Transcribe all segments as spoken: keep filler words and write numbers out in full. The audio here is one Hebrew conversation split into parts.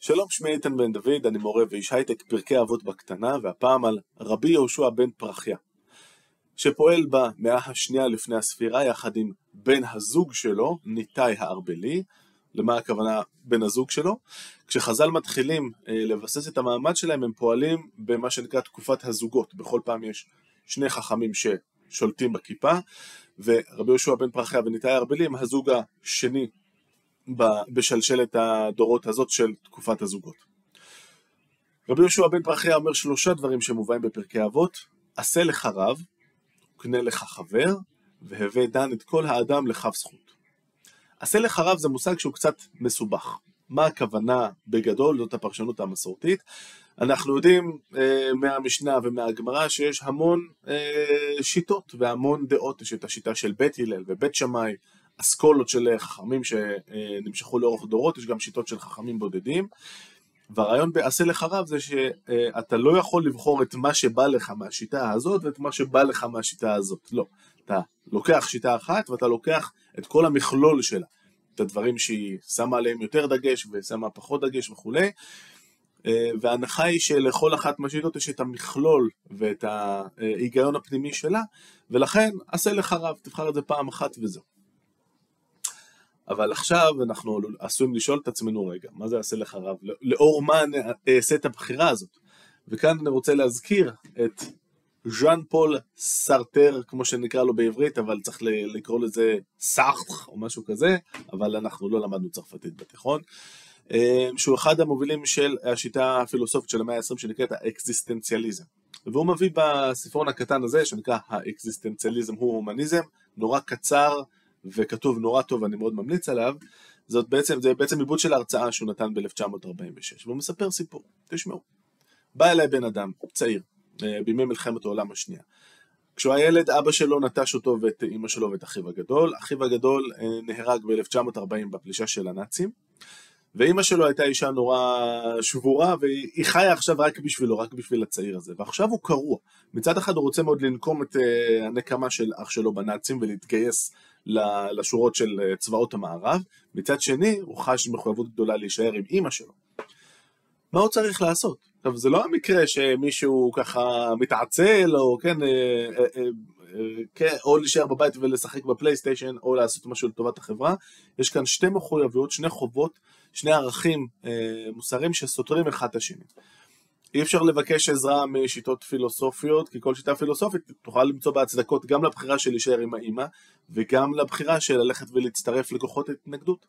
שלום, שמי איתן בן דוד, אני מורה ואיש הייטק, פרקי אבות בקטנה, והפעם על רבי יהושע בן פרחיה, שפועל במאה השנייה לפני הספירה יחד עם בן הזוג שלו, ניתאי הארבלי. למה הכוונה בן הזוג שלו? כשחז"ל מתחילים אה, לבסס את המעמד שלהם, הם פועלים במה שנקרא תקופת הזוגות. בכל פעם יש שני חכמים ששולטים בכיפה, ורבי יהושע בן פרחיה וניתאי הארבלי הם הזוג השני בשלשלת הדורות הזאת של תקופת הזוגות. רבי יהושע בן פרחיה אומר שלושה דברים שמובאים בפרקי אבות: עשה לך רב, קנה לך חבר, והווה דן את כל האדם לכף זכות. עשה לך רב זה מושג שהוא קצת מסובך. מה הכוונה בגדול? זאת הפרשנות המסורתית. אנחנו יודעים אה, מהמשנה ומהגמרא שיש המון אה, שיטות והמון דעות. יש את השיטה של בית הלל ובית שמאי, אסכולות של חכמים שנמשכו לאורך דורות. יש גם שיטות של חכמים בודדים, והרעיון בעשה לך רב זה שאתה לא יכול לבחור את מה שבא לך מהשיטה הזאת ואת מה שבא לך מהשיטה הזאת. לא, אתה לוקח שיטה אחת ואתה לוקח את כל המכלול שלה, את הדברים שהיא שמה עליהם יותר דגש ושמה פחות דגש וכו'. וההנחה היא שלכל אחת מהשיטות יש את המכלול ואת ההיגיון הפנימי שלה, ולכן עשה לך רב, תבחר את זה פעם אחת וזהו. אבל עכשיו אנחנו עשויים לשאול את עצמנו, רגע, מה זה עשה לך רב? לאור מה אעשה את הבחירה הזאת? וכאן אני רוצה להזכיר את ז'אן פול סארטר, כמו שנקרא לו בעברית, אבל צריך לקרוא לזה סארטר או משהו כזה, אבל אנחנו לא למדנו צרפתית בתיכון, שהוא אחד המובילים של השיטה הפילוסופית של המאה ה-עשרים שנקראת האקזיסטנציאליזם. והוא מביא בספרון הקטן הזה שנקרא האקזיסטנציאליזם הוא הומניזם, נורא קצר וכתוב נורא טוב, אני מאוד ממליץ עליו. זאת בעצם, זה בעצם עיבוד של ההרצאה שהוא נתן ב-אלף תשע מאות ארבעים ושש, והוא מספר סיפור. תשמעו, בא אליי בן אדם צעיר בימי מלחמת העולם השנייה. כשהוא היה ילד, אבא שלו נטש אותו ואת אמא שלו ואת אחיו הגדול. אחיו הגדול נהרג ב-אלף תשע מאות ארבעים בפלישה של הנאצים, ואמא שלו הייתה אישה נורא שבורה, והיא חיה עכשיו רק בשבילו, רק בשביל הצעיר הזה. ועכשיו הוא קרוע. מצד אחד הוא רוצה מאוד לנקום את הנקמה של אח שלו בנאצים ולהתגייס לשורות של צבאות המערב. מצד שני הוא חש מחויבות גדולה להישאר עם אמא שלו. מה הוא צריך לעשות? עכשיו, זה לא המקרה שמישהו ככה מתעצל או כן, או להישאר בבית ולשחק בפלייסטיישן או לעשות משהו לטובת החברה. יש כאן שתי מחויבויות, שני חובות, שני ערכים מוסריים שסותרים אחד את השני. אי אפשר לבקש עזרה משיטות פילוסופיות, כי כל שיטה פילוסופית תוכל למצוא בהצדקות גם לבחירה של להישאר עם האמא, וגם לבחירה של ללכת ולהצטרף לכוחות התנגדות.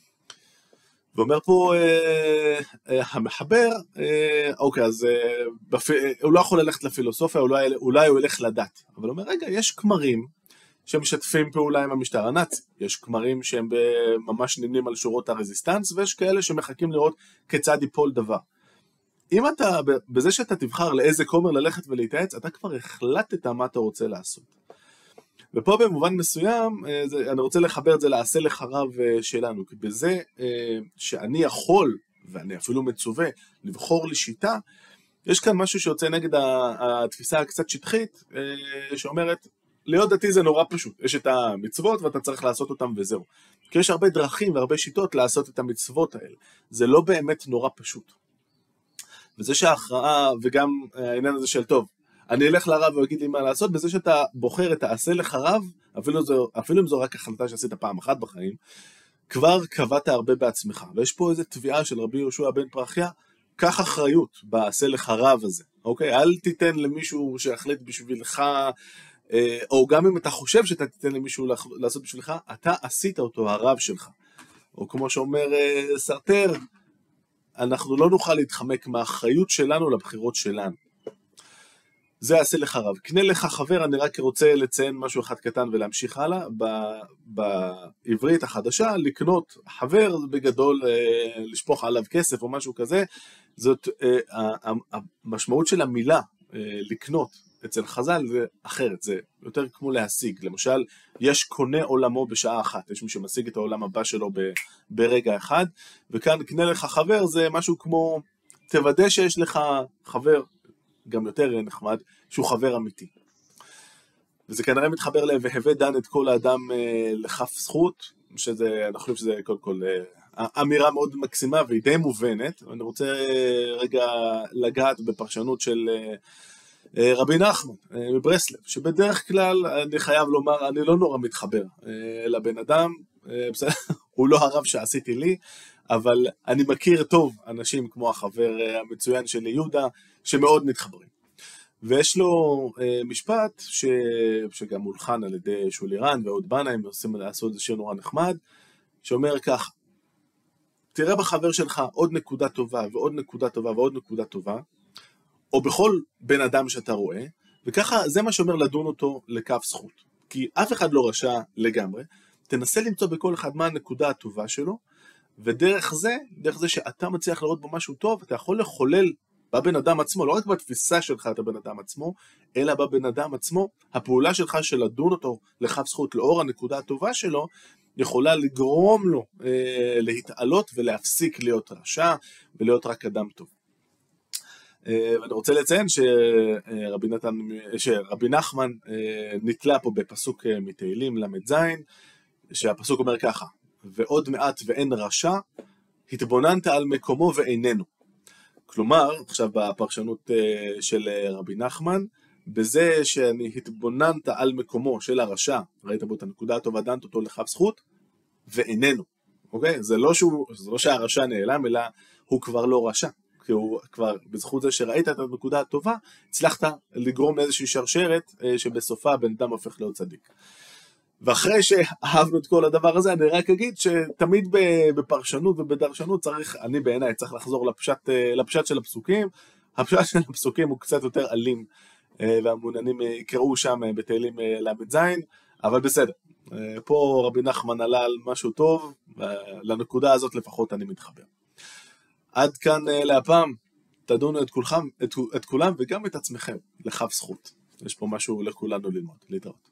ואומר פה אה, אה, המחבר, אה, אוקיי, אז אה, בפ... הוא לא יכול ללכת לפילוסופיה, אולי, אולי הוא ילך לדת. אבל הוא אומר, רגע, יש כמרים שמשתפים פעולה עם המשטר הנאצי, יש כמרים שהם ממש נמנים על שורות הרזיסטנס, ויש כאלה שמחכים לראות כיצד ייפול דבר. אם אתה, בזה שאתה תבחר לאיזה כומר ללכת ולהתייעץ, אתה כבר החלטת מה אתה רוצה לעשות. ופה במובן מסוים, אני רוצה לחבר את זה לעשה לך רב שלנו, כי בזה שאני יכול, ואני אפילו מצווה, לבחור לי שיטה, יש כאן משהו שיוצא נגד התפיסה הקצת שטחית, שאומרת, להיות דתי זה נורא פשוט, יש את המצוות ואתה צריך לעשות אותם וזהו. כי יש הרבה דרכים והרבה שיטות לעשות את המצוות האלה, זה לא באמת נורא פשוט. וזה שההכרעה וגם העניין הזה של טוב, אני אלך לרב ויגיד לי מה לעשות, בזה שאתה בוחר את העשה לך רב, אפילו, זו, אפילו אם זו רק החלטה שעשית פעם אחת בחיים, כבר קבעת הרבה בעצמך. ויש פה איזו תביעה של רבי יהושע בן פרחיה, קח אחריות בעשה לך רב הזה, אוקיי? אל תיתן למישהו שיחליט בשבילך, או גם אם אתה חושב שאתה תיתן למישהו לעשות בשבילך, אתה עשית אותו הרב שלך. או כמו שאומר סארטר, אנחנו לא נוכל להתחמק מהאחריות שלנו לבחירות שלנו. זה עשה לך רב. קנה לך חבר, אני רק רוצה לציין משהו אחד קטן ולהמשיך הלאה. בעברית החדשה, לקנות חבר בגדול, לשפוך עליו כסף או משהו כזה, זאת המשמעות של המילה לקנות אצל חז"ל זה אחרת, זה יותר כמו להשיג. למשל, יש קונה עולמו בשעה אחת, יש מי שמשיג את העולם הבא שלו ברגע אחד, וכאן קנה לך חבר זה משהו כמו תוודא שיש לך חבר, גם יותר נחמד, שהוא חבר אמיתי. וזה כנראה מתחבר ל והווה דן את כל האדם לכף זכות, שזה, אני חושב שזה קודם כל אמירה מאוד מקסימה והיא די מובנת. אני רוצה רגע לגעת בפרשנות של רבי נחמן מברסלב, שבדרך כלל אני חייב לומר, אני לא נורא מתחבר לבן אדם, הוא לא הרב שעשיתי לי, אבל אני מכיר טוב אנשים כמו החבר המצוין שלי יהודה, שמאוד מתחברים. ויש לו משפט ש... שגם מולחן על ידי שולירן ועוד בנה, הם עושים לעשות איזה שיר נורא נחמד, שאומר כך, תראה בחבר שלך עוד נקודה טובה ועוד נקודה טובה ועוד נקודה טובה, או בכל בן אדם שאתה רואה, וככה זה מה שאומר לדון אותו לכף זכות. כי אף אחד לא רשע לגמרי, תנסה למצוא בכל אחד מה הנקודה הטובה שלו, ודרך זה, דרך זה שאתה מצליח לראות בו משהו טוב, אתה יכול לחולל בבן אדם עצמו, לא רק בתפיסה שלך את הבן אדם עצמו, אלא בבן אדם עצמו, הפעולה שלך של לדון אותו לכף זכות לאור הנקודה הטובה שלו, יכולה לגרום לו אה, להתעלות ולהפסיק להיות רשע, ולהיות רק אדם טוב. אה, ואני רוצה לציין שרבי, נתן, שרבי נחמן אה, נתלה פה בפסוק מתהילים למד זין, שהפסוק אומר ככה, ועוד מעט ואין רשע, התבוננת על מקומו ואיננו. כלומר, עכשיו בפרשנות של רבי נחמן, בזה שאני התבוננת על מקומו של הרשע, ראית בו את הנקודה הטובה, דנת אותו לכף זכות, ואיננו. אוקיי? זה לא, שהוא, זה לא שהרשע נעלם, אלא הוא כבר לא רשע. כי הוא כבר, בזכות זה שראית את הנקודה הטובה, הצלחת לגרום לאיזושהי שרשרת, שבסופה בן אדם הופך להיות צדיק. ואחרי שאהבנו את כל הדבר הזה, אני רק אגיד שתמיד בפרשנות ובדרשנות צריך, אני בעיניי צריך לחזור לפשט, לפשט של הפסוקים, הפשט של הפסוקים הוא קצת יותר אלים, והמעוניינים יקראו שם בתהילים למד זין, אבל בסדר, פה רבי נחמן עלה על משהו טוב, לנקודה הזאת לפחות אני מתחבר. עד כאן להפעם, תדונו את כולכם, את, את כולם וגם את עצמכם לכף זכות. יש פה משהו לכולנו ללמוד, להתראות.